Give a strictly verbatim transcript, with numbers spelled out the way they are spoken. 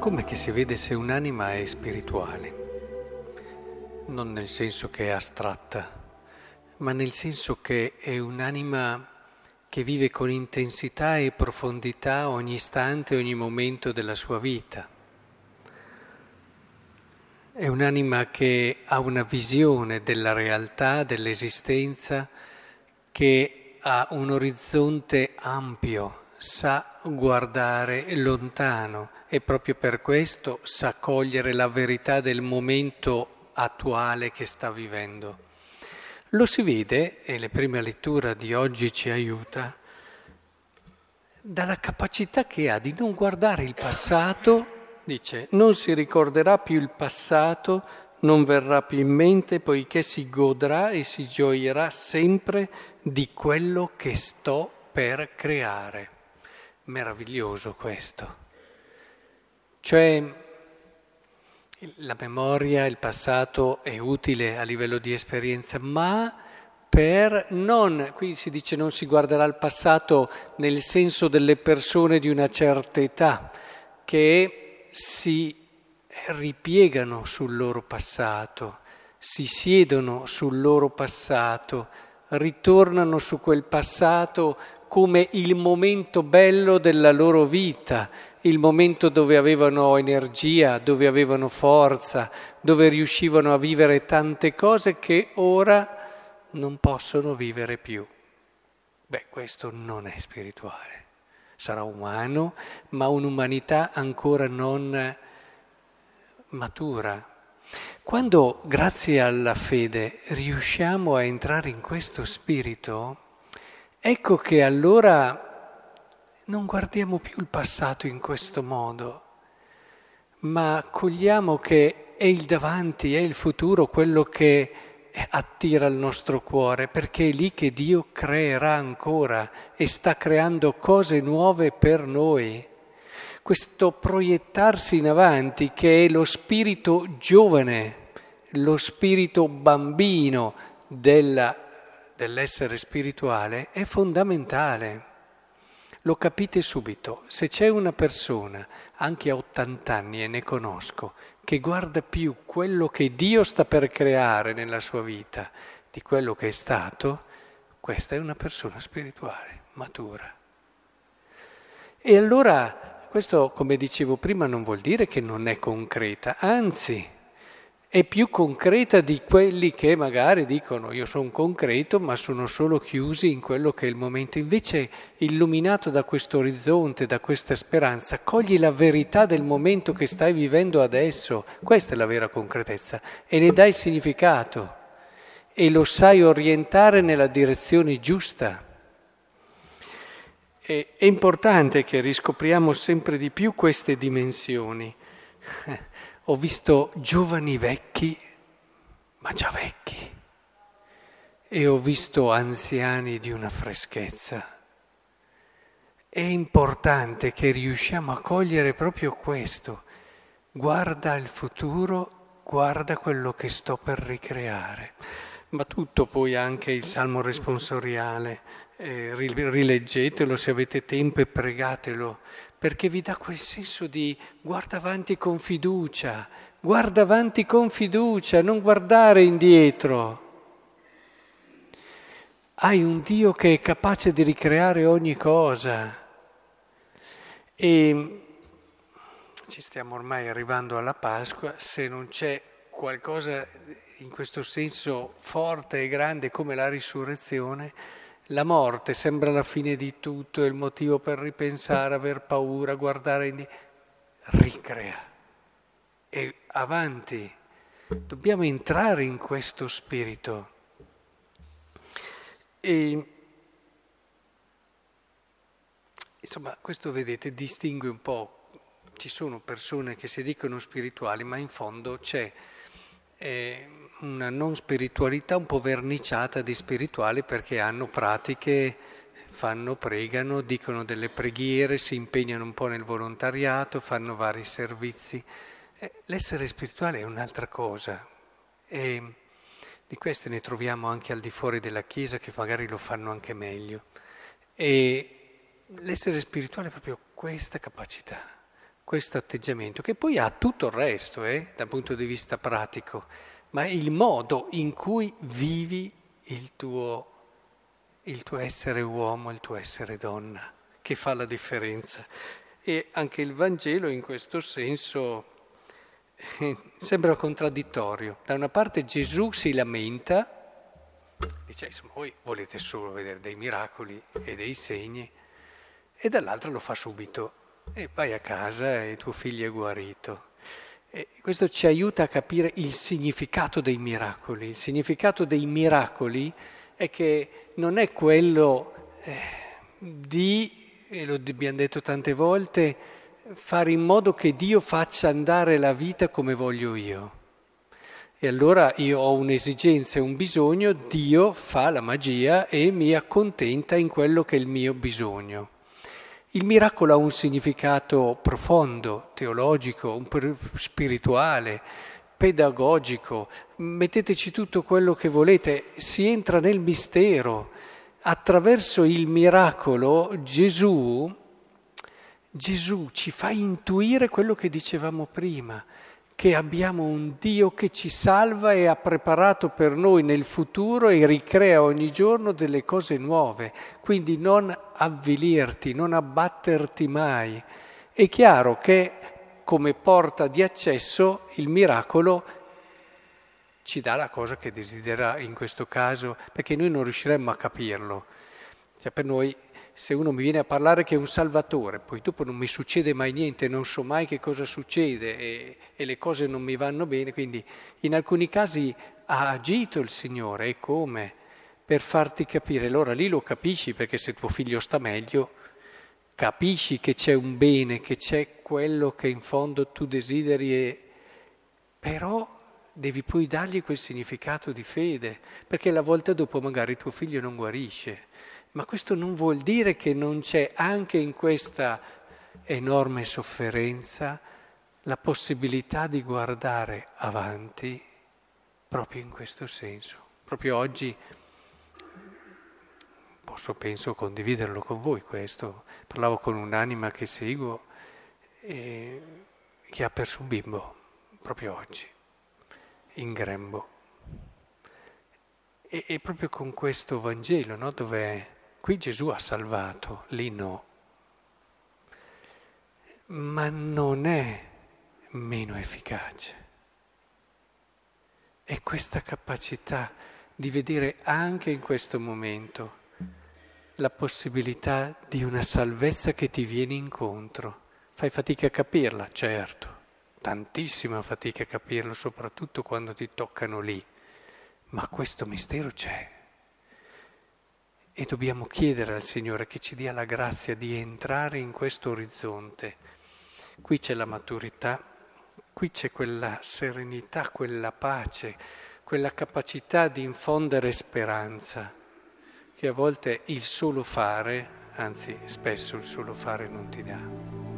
Come che si vede se un'anima è spirituale? Non nel senso che è astratta, ma nel senso che è un'anima che vive con intensità e profondità ogni istante, ogni momento della sua vita. È un'anima che ha una visione della realtà, dell'esistenza, che ha un orizzonte ampio, sa guardare lontano e proprio per questo sa cogliere la verità del momento attuale che sta vivendo. Lo si vede, e la prima lettura di oggi ci aiuta, dalla capacità che ha di non guardare il passato. Dice, non si ricorderà più il passato, non verrà più in mente, poiché si godrà e si gioirà sempre di quello che sto per creare. Meraviglioso questo. Cioè, la memoria, il passato è utile a livello di esperienza, ma per non, qui si dice non si guarderà il passato nel senso delle persone di una certa età, che si ripiegano sul loro passato, si siedono sul loro passato, ritornano su quel passato come il momento bello della loro vita, il momento dove avevano energia, dove avevano forza, dove riuscivano a vivere tante cose che ora non possono vivere più. Beh, questo non è spirituale. Sarà umano, ma un'umanità ancora non matura. Quando, grazie alla fede, riusciamo a entrare in questo spirito, ecco che allora non guardiamo più il passato in questo modo, ma cogliamo che è il davanti, è il futuro quello che attira il nostro cuore, perché è lì che Dio creerà ancora e sta creando cose nuove per noi. Questo proiettarsi in avanti, che è lo spirito giovane, lo spirito bambino della, dell'essere spirituale, è fondamentale. Lo capite subito. Se c'è una persona, anche a ottanta anni, e ne conosco, che guarda più quello che Dio sta per creare nella sua vita di quello che è stato, questa è una persona spirituale, matura. E allora, questo, come dicevo prima, non vuol dire che non è concreta, anzi, è più concreta di quelli che magari dicono io sono concreto ma sono solo chiusi in quello che è il momento. Invece, illuminato da questo orizzonte, da questa speranza, cogli la verità del momento che stai vivendo adesso. Questa è la vera concretezza e ne dai significato e lo sai orientare nella direzione giusta. E, è importante che riscopriamo sempre di più queste dimensioni. Ho visto giovani vecchi, ma già vecchi, e ho visto anziani di una freschezza. È importante che riusciamo a cogliere proprio questo. Guarda il futuro, guarda quello che sto per ricreare. Ma tutto poi anche il Salmo responsoriale, eh, rileggetelo se avete tempo e pregatelo, perché vi dà quel senso di guarda avanti con fiducia, guarda avanti con fiducia, non guardare indietro. Hai un Dio che è capace di ricreare ogni cosa. E ci stiamo ormai arrivando alla Pasqua, se non c'è qualcosa in questo senso forte e grande come la risurrezione, la morte sembra la fine di tutto, è il motivo per ripensare, aver paura, guardare indietro. Ricrea. E avanti. Dobbiamo entrare in questo spirito. E insomma, questo vedete distingue un po'. Ci sono persone che si dicono spirituali, ma in fondo c'è eh, una non spiritualità un po' verniciata di spirituali perché hanno pratiche, fanno, pregano, dicono delle preghiere, si impegnano un po' nel volontariato, fanno vari servizi. Eh, l'essere spirituale è un'altra cosa e di queste ne troviamo anche al di fuori della Chiesa che magari lo fanno anche meglio. E l'essere spirituale è proprio questa capacità. questo atteggiamento, che poi ha tutto il resto, eh, dal punto di vista pratico, ma è il modo in cui vivi il tuo, il tuo essere uomo, il tuo essere donna, che fa la differenza. E anche il Vangelo in questo senso eh, sembra contraddittorio. Da una parte Gesù si lamenta, dice, insomma, voi volete solo vedere dei miracoli e dei segni, e dall'altra lo fa subito. E vai a casa e tuo figlio è guarito. E questo ci aiuta a capire il significato dei miracoli. Il significato dei miracoli è che non è quello eh, di, e lo abbiamo detto tante volte, fare in modo che Dio faccia andare la vita come voglio io. E allora io ho un'esigenza e un bisogno, Dio fa la magia e mi accontenta in quello che è il mio bisogno. Il miracolo ha un significato profondo, teologico, spirituale, pedagogico. Metteteci tutto quello che volete, si entra nel mistero. Attraverso il miracolo Gesù, Gesù ci fa intuire quello che dicevamo prima, che abbiamo un Dio che ci salva e ha preparato per noi nel futuro e ricrea ogni giorno delle cose nuove. Quindi non avvilirti, non abbatterti mai. È chiaro che come porta di accesso il miracolo ci dà la cosa che desidera in questo caso, perché noi non riusciremmo a capirlo. Cioè per noi, se uno mi viene a parlare che è un salvatore, poi dopo non mi succede mai niente, non so mai che cosa succede e, e le cose non mi vanno bene, quindi in alcuni casi ha agito il Signore, e come? Per farti capire, allora lì lo capisci, perché se tuo figlio sta meglio, capisci che c'è un bene, che c'è quello che in fondo tu desideri, e... però devi poi dargli quel significato di fede, perché la volta dopo magari tuo figlio non guarisce. Ma questo non vuol dire che non c'è anche in questa enorme sofferenza la possibilità di guardare avanti proprio in questo senso. Proprio oggi posso, penso, condividerlo con voi questo. Parlavo con un'anima che seguo e che ha perso un bimbo proprio oggi, in grembo. E, e proprio con questo Vangelo, no? Dove qui Gesù ha salvato, lì no. Ma non è meno efficace. È questa capacità di vedere anche in questo momento la possibilità di una salvezza che ti viene incontro. Fai fatica a capirla, certo, tantissima fatica a capirlo, soprattutto quando ti toccano lì. Ma questo mistero c'è. E dobbiamo chiedere al Signore che ci dia la grazia di entrare in questo orizzonte. Qui c'è la maturità, qui c'è quella serenità, quella pace, quella capacità di infondere speranza, che a volte il solo fare, anzi spesso il solo fare non ti dà.